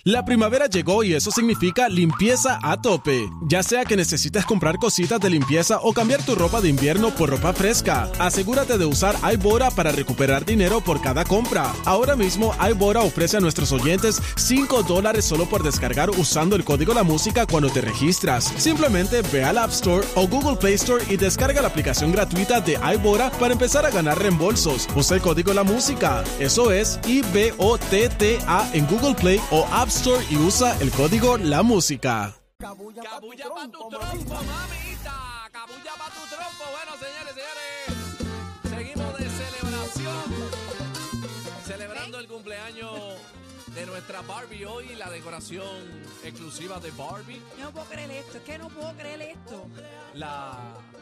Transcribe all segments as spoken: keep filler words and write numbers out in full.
La primavera llegó y eso significa limpieza a tope. Ya sea que necesites comprar cositas de limpieza o cambiar tu ropa de invierno por ropa fresca, asegúrate de usar iBora para recuperar dinero por cada compra. Ahora mismo iBora ofrece a nuestros oyentes cinco dólares solo por descargar usando el código La Música cuando te registras. Simplemente ve al App Store o Google Play Store y descarga la aplicación gratuita de iBora para empezar a ganar reembolsos. Usa el código La Música. Eso es I B O T T A en Google Play o App Store y usa el código La Música. Cabulla pa' tu trompo, mamita. Cabulla pa' tu trompo. Bueno, señores, señores, seguimos de celebración. Celebrando el cumpleaños de nuestra Barbie hoy, la decoración exclusiva de Barbie. Yo no puedo creer esto, es que no puedo creer esto. La,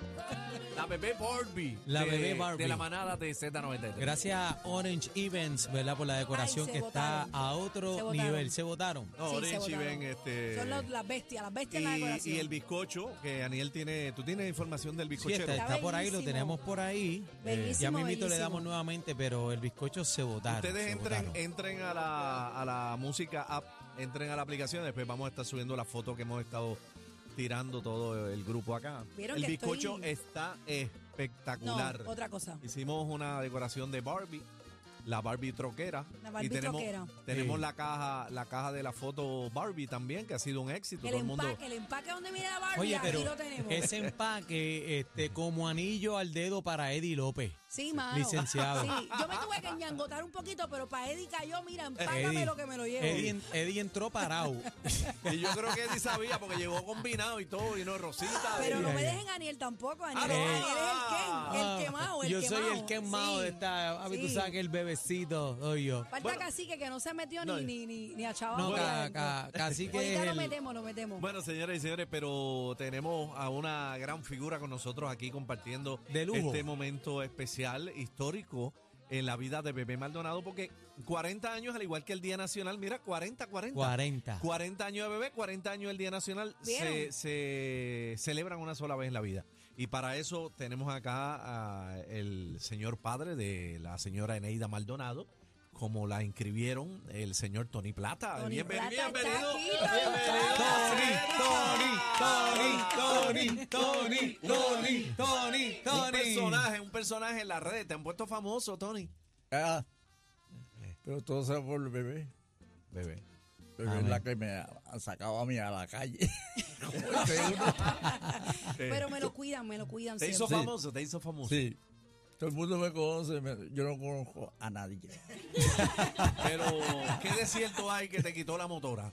la bebé Barbie. La de, bebé Barbie. De la manada de Z noventa y tres. Gracias a Orange Events, ¿verdad? Por la decoración Ay, que se está votaron. a otro Se votaron. nivel. ¿Se votaron? No, Sí, Orange se y votaron. ven este. Son los- las bestias, las bestias en la y, decoración. y el bizcocho, que Aniel tiene. ¿Tú tienes información del Sí, bizcochero? está, está por ahí, lo bellísimo. tenemos por ahí. Bellísimo, ya mismito le bellísimo. damos nuevamente, pero el bizcocho se votaron. Ustedes se entren, votaron. entren a la, a la música app, entren a la aplicación, después vamos a estar subiendo la foto que hemos estado tirando todo el grupo acá. ¿Vieron El que bizcocho estoy- está No, espectacular. otra cosa. Hicimos una decoración de Barbie, la Barbie troquera. La Barbie y tenemos, troquera. tenemos Sí. la caja, la caja de la foto Barbie también, que ha sido un éxito. El Todo el mundo. empaque, el empaque donde mira la Barbie, Oye, aquí pero lo tenemos. ese empaque, este, como anillo al dedo para Eddie López. Sí, mano. Licenciado. Sí, yo me tuve que ñangotar un poquito, pero para Eddie cayó, mira, empácame Eddie, lo que me lo llevo. Eddie, en- Eddie entró parado. Y yo creo que Eddie sabía porque llegó combinado y todo, y no Rosita. Pero y- no me Ay, ay. dejen a Aniel tampoco. Aniel, Ah, no. Aniel es el Ken, el quemado, el yo soy quemado. el quemado Sí. de esta. A mí tú Sí. sabes que el bebecito soy yo. Falta Bueno. Cacique que no se metió No. ni, ni, ni, ni a chaval. No, por ca, adentro. ca- casi que Ahorita es lo el- metemos, lo metemos. Bueno, señores y señores, pero tenemos a una gran figura con nosotros aquí compartiendo De lujo. este momento especial, histórico en la vida de Bebé Maldonado, porque cuarenta años, al igual que el Día Nacional, mira, cuarenta, cuarenta. cuarenta. cuarenta años de Bebé, cuarenta años del Día Nacional, se, ¿Vieron? se celebran una sola vez en la vida. Y para eso tenemos acá al señor padre de la señora Eneida Maldonado, como la inscribieron el señor Tony Plata. Tony bienvenido, Plata está bienvenido. aquí, Bienvenido. Tony, Tony, Tony, Tony, Tony, Un Tony. personaje, un personaje en las redes. Te han puesto famoso, Tony. Ah, pero todo sea por el bebé. Bebé. Bebé Amén. es la que me ha ha sacado a mí a la calle. Pero me lo cuidan, me lo cuidan Te hizo siempre. famoso, te hizo famoso. Sí. Todo el mundo me conoce, me- yo no conozco a nadie. Pero, ¿qué de cierto hay que te quitó la motora?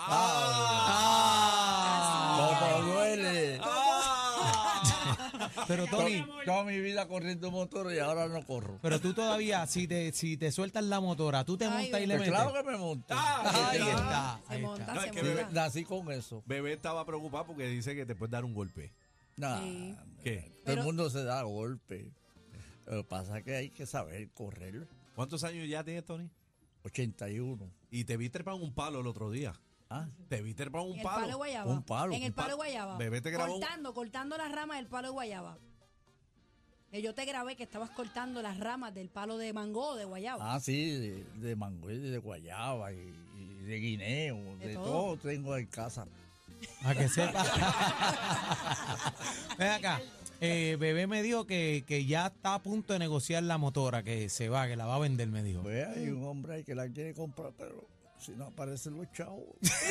¡Cómo duele! ¡Ah! Pero Tony, To- Toda mi vida corriendo motor y ahora no corro. pero tú todavía, si te, si te sueltas la motora, tú te Ay, montas y le Pues metes. claro que me monto. Ah, Ahí ah, está, Se ahí monta, está. No, se es que monta. bebé- Nací con eso. Bebé estaba preocupado porque dice que te puede dar un golpe. Nah, Sí. ¿Qué? Todo Pero- el mundo se da golpe. Lo que pasa es que hay que saber correr. ¿Cuántos años ya tienes, Tony? ochenta y uno. Y te vi trepar un palo el otro día. Ah, Te vi trepar un En el palo de palo. guayaba. Un palo, En el un palo de palo. guayaba. Bebé te grabó un- Cortando, cortando las ramas del palo de guayaba. Que yo te grabé que estabas cortando las ramas del palo de mango o de guayaba. ah sí, de, de mango y de guayaba y, y de guineo, De de, todo. todo. tengo en casa. A que sepa. Ven acá. Eh, bebé me dijo que, que ya está a punto de negociar la motora, que se va, que la va a vender, me dijo. Pues hay un hombre ahí que la quiere comprar, pero si no aparecen los chavos.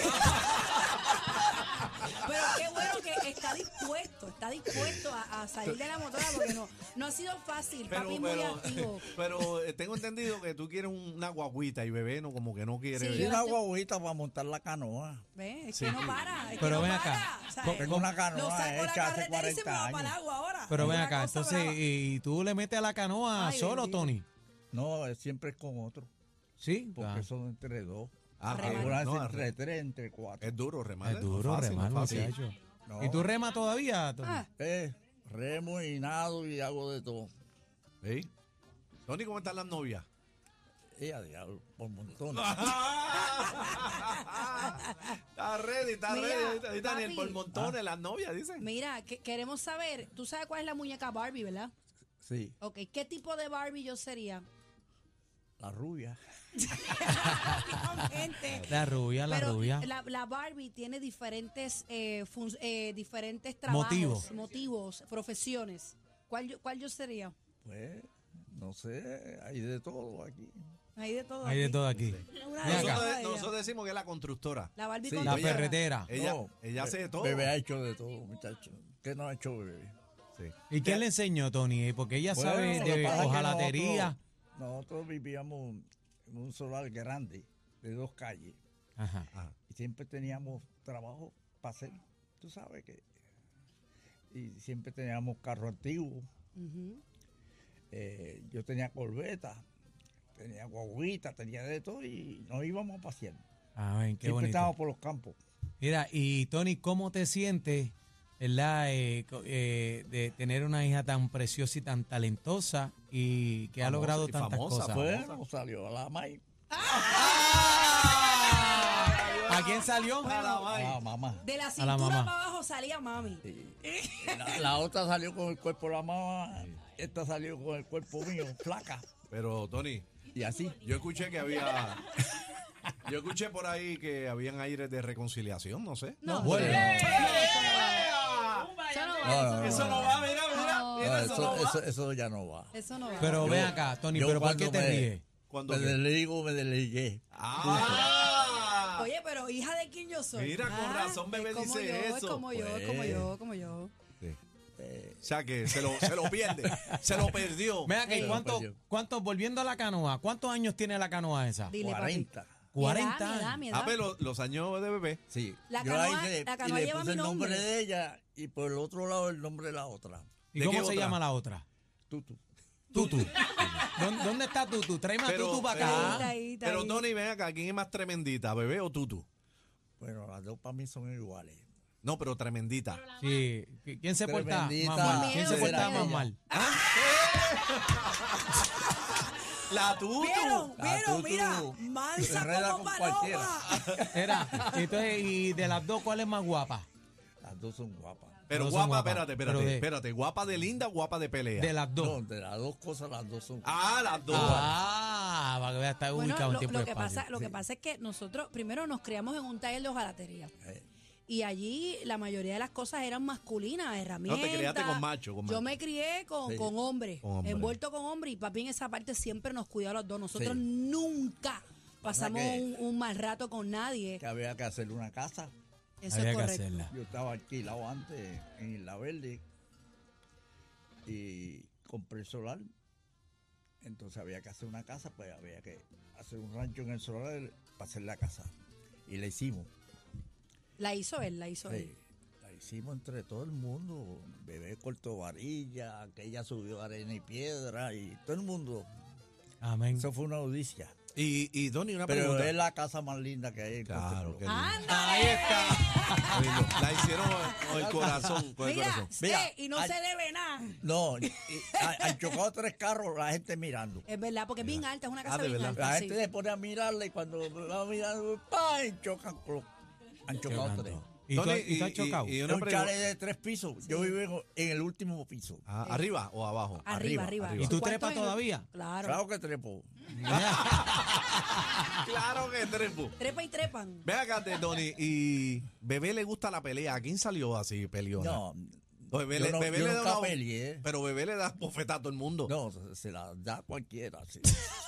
Pero qué bueno que está dispuesto, está dispuesto a, a salir de la motora porque no, no ha sido fácil. Pero, Papi es muy pero, activo. pero eh, tengo entendido que tú quieres una guaguita y bebé no como que no quiere. Sí, Y yo una la estoy- guaguita para montar la canoa. ¿Ves? Es Sí. que no para. Es Pero que no ven para, acá. ¿sabes? Tengo una Lo canoa saco a la hecha hace carretera y se me va cuarenta para el años. agua ahora. Pero ven Una acá, cosa entonces, brava. ¿y tú le metes a la canoa Ay, solo, bendito. Tony? No, es siempre es con otro, Sí, porque Ah, son entre dos. Ah, Remar. Algunas veces no, entre tres, entre cuatro. es duro remar. es ¿eh? duro No fácil, no remar, fácil. muchacho. No, ¿Y tú remas todavía, Tony? Ah, eh, remo y nado y hago de todo. ¿Sí? Tony, ¿cómo están las novias? Y a diablo, por montones. Está ready, está Mira, ready. Ahorita, ahorita ni el papi. por montones, las novias, dicen. mira, que- queremos saber, tú sabes cuál es la muñeca Barbie, ¿verdad? Sí, Ok, ¿qué tipo de Barbie yo sería? la rubia. Gente. La rubia, la Pero rubia. La, la Barbie tiene diferentes, eh, fun- eh, diferentes trabajos, Motivos. motivos, profesiones. ¿Cuál yo, cuál yo sería? Pues, no sé, hay de todo aquí. Hay de todo. Hay de aquí. todo aquí. Una Ven de acá. cada Nosotros, ella. nosotros decimos que es la constructora. La Barbie Sí. con La Oye, ferretera. Ella, No, ella hace de todo. Bebé ha hecho de todo, muchacho. ¿Qué no ha hecho bebé? Sí. ¿Y quién le enseñó, Tony? Porque ella Bueno, sabe lo que de pasa es que hojalatería. Nosotros, nosotros vivíamos en un solar grande de dos calles Ajá. Ajá. y siempre teníamos trabajo para hacer. Tú sabes que. Y siempre teníamos carro antiguo. Ujú. Eh, yo tenía corbeta, tenía guaguita, tenía de todo y nos íbamos a pasear. A ver, qué siempre bonito. estábamos por los campos. Mira, y Tony, ¿cómo te sientes, verdad, eh, co- eh, de tener una hija tan preciosa y tan talentosa y que ha Famosa logrado y tantas famosa, cosas? famosa. Bueno, salió a la May. ¿A quién salió? A la A May. la mamá. De la la cintura mamá. para abajo salía mami. Sí. La, la otra salió con el cuerpo de la mamá, esta salió con el cuerpo mío, flaca. Pero, Tony, Y así. yo escuché que había... Yo escuché por ahí que habían aires de reconciliación, no sé. No, Bueno. eso no va, No, no, no. Eso no va, mira, mira. No. mira, No, eso eso, no va. eso, eso ya no va. eso no va. Pero Yo- ven acá, Tony, yo ¿pero por qué cuando te me- ríes? Cuando Me que- desligo, me desligué. Ah. Oye, pero hija de quién yo soy. Mira, con razón Bebé es como dice yo, Es eso. como yo, es como Pues. yo, como yo. Sí. Eh, O sea que se lo, se lo pierde, se lo perdió. Ven acá, ¿y Sí. cuánto, Perdió. cuánto, volviendo a la canoa, cuántos años tiene la canoa esa? Dile, papi. cuarenta. cuarenta Mi edad, mi edad, años. mi edad. Ah, pero los años de bebé. Sí. La Yo canoa- ahí le, la y canoa le lleva puse mi el nombre nombre. de ella y por el otro lado el nombre de la otra. ¿Y ¿De cómo qué se otra? llama la otra? Tutu. Tutu. ¿Dónde, dónde está Tutu? Tráeme a Pero- Tutu para Ahí acá. está, ahí está, Pero ahí. Tony, ven acá, ¿quién es más tremendita, bebé o Tutu? Bueno, las dos para mí son iguales. No, pero tremendita. Sí. ¿Quién se porta Tremendita. más mal? Sin ¿Quién se miedo, porta sin más miedo. mal? La Tutu. ¿Vieron? La ¿Vieron? Tutu Mira, mansa se enreda como con paloma. cualquiera. Era, entonces, y de las dos, ¿cuál es más guapa? Las dos son guapas. Pero No son guapa, guapas, espérate, pero espérate, de- espérate. ¿Guapa de linda o guapa de pelea? De las dos. No, de las dos cosas, las dos son guapas. Ah, las dos. Ah, para que vea, está Bueno, ubicado en lo, tiempo lo y que espacio. pasa, lo que pasa es que nosotros primero nos criamos en un taller de hojalatería. Eh, Y allí la mayoría de las cosas eran masculinas, herramientas. criaste con macho, con Yo macho. me crié con, Sí. con hombres, Con hombres. envuelto con hombres. Y papi en esa parte siempre nos cuidó a los dos. Nosotros Sí. nunca pasamos que- un, un mal rato con nadie. que había que hacer una casa. Eso Había es que correcto. hacerla. Yo estaba alquilado antes en Isla Verde y compré el solar. Entonces había que hacer una casa, pues había que hacer un rancho en el solar para hacer la casa. Y la hicimos. La hizo él, la hizo él. Sí, la hicimos entre todo el mundo. Bebé cortó varilla, aquella subió arena y piedra y todo el mundo. Amén. Eso fue una odisea. Y, y Donny, una Pero pregunta. es la casa más linda que hay en Puerto Claro, Rico. qué lindo. ¡Anda! Ahí está. Lindo. La hicieron con el corazón, con el Mira, corazón. Mira, eh, y no ay- se debe nada. No, y- y- ha- han chocado tres carros, la gente mirando. Es verdad, porque es bien alta, es una casa Ah, ¿de bien verdad? alta. La sí. gente se pone a mirarla y cuando va mirando, ¡pam! chocan. con los- Han chocado Chocando. tres. ¿Y tú, Tony, y tú has chocado? y Es una un pregunta. chalet de tres pisos. Yo vivo en, en el último piso. Ah, ¿arriba o abajo? Arriba, arriba, arriba. arriba. ¿Y tú Su cuarto trepas en el- todavía? Claro. Claro que trepo. Claro que trepo. Trepa y trepan. Ve acá, de Donny, y Bebé le gusta la pelea. ¿A quién salió así, peleona? No, O Bebé, yo le, no- Bebé yo le da nunca una- peleé. Pero Bebé le da bofetada a todo el mundo. no, se- se la da cualquiera. Sí.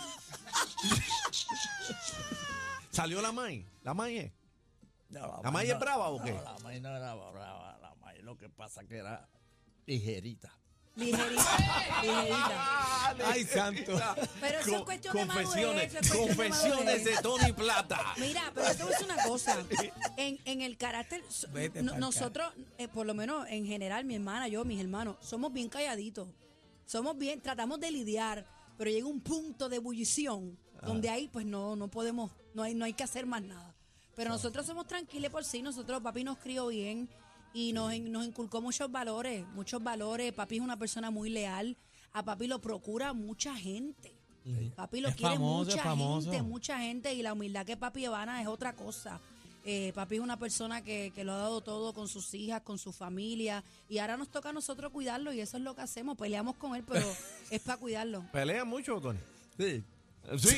¿Salió la May? ¿La May es? No, ¿La May es brava o qué? No, la May no era brava. La May lo que pasa que era ligerita. Ligerita, ligerita. Ay, santo. Pero eso es Co- cuestión de madurez, confesiones, eso es cuestión de confesiones madurez. de Tony Plata. Mira, pero te voy a decir una cosa. En, en el carácter, so- Vete no- pa'l nosotros, eh, por lo menos en general, mi hermana, yo, mis hermanos, somos bien calladitos. Somos bien, tratamos de lidiar, pero llega un punto de ebullición donde ahí pues no, no podemos, no hay, no hay que hacer más nada. Pero nosotros somos tranquilos por sí, nosotros, papi nos crió bien y nos, in- nos inculcó muchos valores, muchos valores. Papi es una persona muy leal, a papi lo procura mucha gente. Papi lo Es quiere famoso, es mucha famoso. gente, mucha gente, y la humildad que papi evana es otra cosa. Eh, papi es una persona que, que lo ha dado todo con sus hijas, con su familia, y ahora nos toca a nosotros cuidarlo, y eso es lo que hacemos. Peleamos con él, pero es para cuidarlo. ¿Pelea mucho, Tony? Sí. Sí.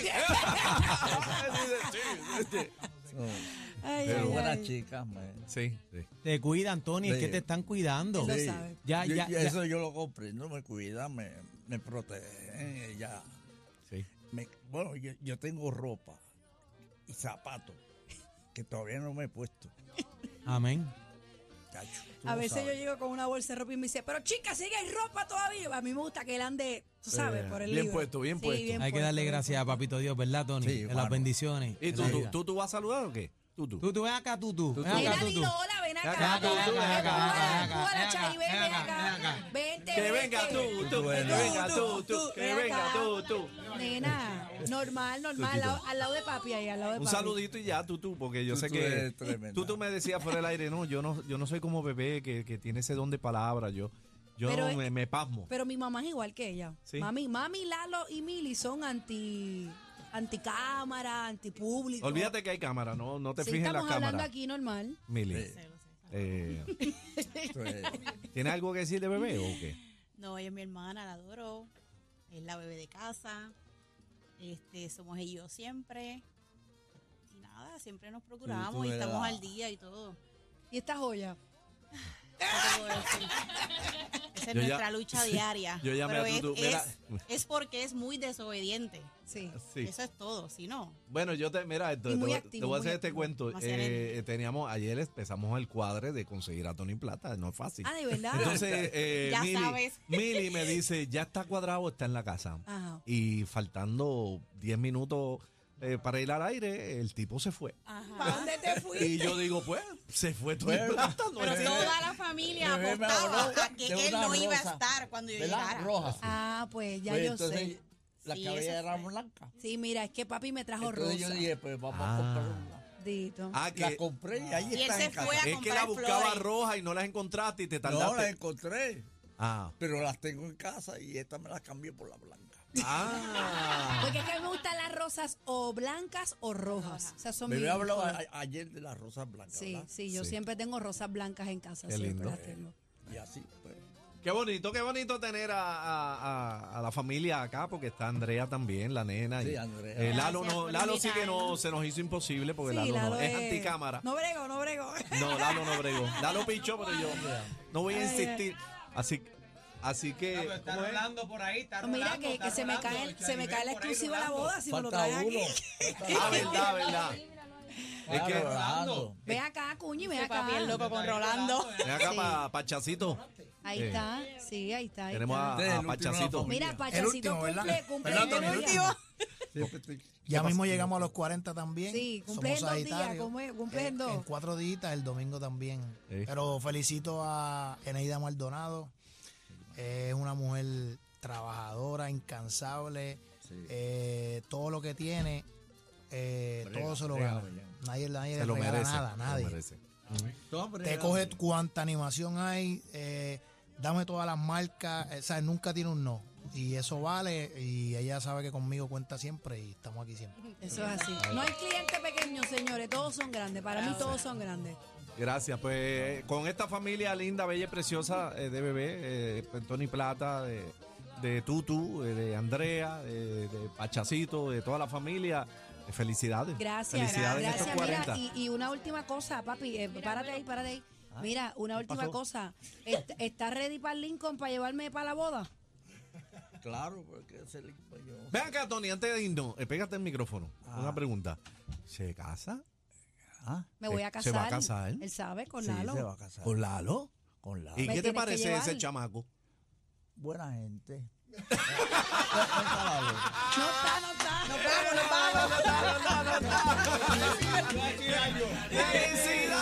Ay, Pero ay, buenas ay. chicas, man. Sí, sí. Te cuidan, Tony, es Sí. que te están cuidando. Él lo Sí. sabe. Ya, Yo- ya, yo- ya. Eso yo lo comprendo, me cuidan, me, me protegen, ya. Sí. Me- bueno, yo, yo tengo ropa y zapatos que todavía no me he puesto. Amén. Chacho, tú A no veces yo sabes. llego con una bolsa de ropa y me dice, pero chica, sigue hay ropa todavía. A mí me gusta que él ande, tú sabes, Eh, por el bien libro. puesto, bien Sí, puesto. bien Hay que puesto, darle bien gracias a puesto. Papito Dios, ¿verdad, Tony? Sí, en las mano. bendiciones. ¿Y de tú, la tú, vida. tú, tú vas a saludar o qué? Tú, tú. Tú, tú ven acá, tú, tú. Ven Mira, acá, tú, tú. Lilo, hola, ven acá. acá, Ven ven acá, acá, ven acá, empújala, ven acá, empújala, ven Chay, ven, acá, ven ven acá. acá. Vente, Que vente. venga tú, tú, Tú, que tú, venga tú, tú, que ven venga acá. tú, tú. Nena, normal, normal, al lado, al lado de papi ahí, al lado de Un papi. saludito y ya, tú, tú, porque yo Tú, sé tú que eres tremenda. tú, tú me decías fuera del aire, no, yo no, yo no soy como bebé que, que tiene ese don de palabra, yo, yo Pero es- me, me pasmo. Pero mi mamá es igual que ella. Sí. Mami, mami, Lalo y Mili son anti anticámara, antipúblico. Olvídate que hay cámara, no, no te Sí, fijes en la estamos hablando cámara. aquí normal. Mili, Sí. eh, Esto es- ¿tienes algo que decir de bebé o qué? No, ella es mi hermana, la adoro. Es la bebé de casa. Este, somos ella y yo siempre. Y nada, siempre nos procuramos tú y eres estamos la- al día y todo. ¿Y esta joya? ¿Qué te puedo decir? Esa es Yo ya- nuestra lucha diaria. yo llamé Pero a es, Tutu, mira. es, es porque es muy desobediente. Sí. Sí. Eso es todo, si no. Bueno, yo te, mira, esto, Y te, muy voy- activo, te voy a muy hacer este activo. cuento. Demasiada Eh, energía. teníamos, ayer empezamos el cuadre de conseguir a Tony Plata, no es fácil. Ah, de verdad. Entonces, eh, Ya Mili, sabes. Mili me dice, ya está cuadrado, está en la casa. Ajá. Y faltando diez minutos eh, para ir al aire, el tipo se fue. ¿Para dónde te fuiste? Y yo digo, pues, se fue Tony Bueno, Plata. No Pero es- toda la familia bebé me apostaba habló a que de él una no iba a rosa, estar cuando yo ¿verdad? llegara. Roja. Ah, pues ya Pues yo entonces, sé. la Sí, cabella esa era fue. blanca. Sí, mira, es que papi me trajo Entonces rosa. yo dije, pues vamos Ah. a comprar una. Dito. Ah, La que compré y ahí Y él está se en casa. fue a es que comprar la buscaba flores. roja y no las encontraste y te No, las tardaste. encontré, Ah. pero las tengo en casa y esta me las cambié por la blanca. Ah. Porque es que me gustan las rosas o blancas o rojas. O sea, son Me mis había hablado colores. a- ayer de las rosas blancas, Sí, ¿verdad? sí, yo Sí. siempre tengo rosas blancas en casa. Qué siempre lindo. las tengo. Y así, pues. Qué bonito, qué bonito tener a, a- a- a la familia acá, porque está Andrea también, la nena. Sí, y, Andrea. eh, Lalo, Gracias no, por Lalo sí que invitarnos. no se nos hizo imposible, porque Sí, Lalo, no, Lalo es anticámara. No brego, no brego. No, Lalo no bregó. Lalo pichó, pero yo no voy a Ay, insistir. Así, así que... Está ¿cómo es? rolando por ahí, está No, mira rolando, que, está que se me rolando, cae, el- se me Charibel cae la por ahí exclusiva de la rolando. boda si me lo Falta traes uno. aquí. Ah, verdad, verdad. Es que... Rolando. Ven acá, Cuñi, ven Ese acá. papi es loco con Rolando. Ven acá para Pachacito. Ahí Eh, está, sí, ahí está. Ahí Tenemos está. a, Este es a el último de la Pachacito. familia. Mira, El Pachacito último, cumple, ¿verdad? cumple ¿Verdad, en Tony? dos El días. último. Siempre estoy- Ya ¿Qué mismo pasa? llegamos a los cuarenta también. Sí, cumples Somos en dos días, Sagitario. ¿cómo es? Cumples en En, dos. en cuatro días, el domingo también. Sí. Pero felicito a Eneida Maldonado. Es una mujer trabajadora, incansable. Sí. Eh, todo lo que tiene, eh, Brega, todo se lo brega, gana. brega. Nadie, nadie Se le lo regala merece. nada, se lo nadie. merece. Todo hombre, Te era- coge cuánta animación hay, eh, dame todas las marcas, eh, ¿sabes? Nunca tiene un no. Y eso vale, y ella sabe que conmigo cuenta siempre y estamos aquí siempre. Eso es así. No hay cliente pequeño, señores, todos son grandes. Para mí todos son grandes. Gracias, pues con esta familia linda, bella y preciosa eh, de bebé, eh, pues, Tony Plata, de, de Tutu, eh, de Andrea, de, de Pachacito, de toda la familia, eh, felicidades. Gracias, Felicidades en gracias. estos Mira, cuarenta. y, y una última cosa, papi, eh, párate ahí, párate ahí. Mira, una última pasó? cosa. ¿Est- ¿Estás ready para el Lincoln para llevarme para la boda? Claro, porque ese limpo yo. Ven acá, Tony, antes de irnos, eh, pégate el micrófono. Ah. Una pregunta. ¿Se casa? Ah, Me voy a Eh, casar. ¿se va a casar? Él sabe, con sí, Lalo. se va a casar. ¿Con Lalo? Con la ¿Y Me qué te tienes que parece llevar. ese chamaco? buena gente. No está, no está. Nos vamos, nos vamos. ¡Felicidades!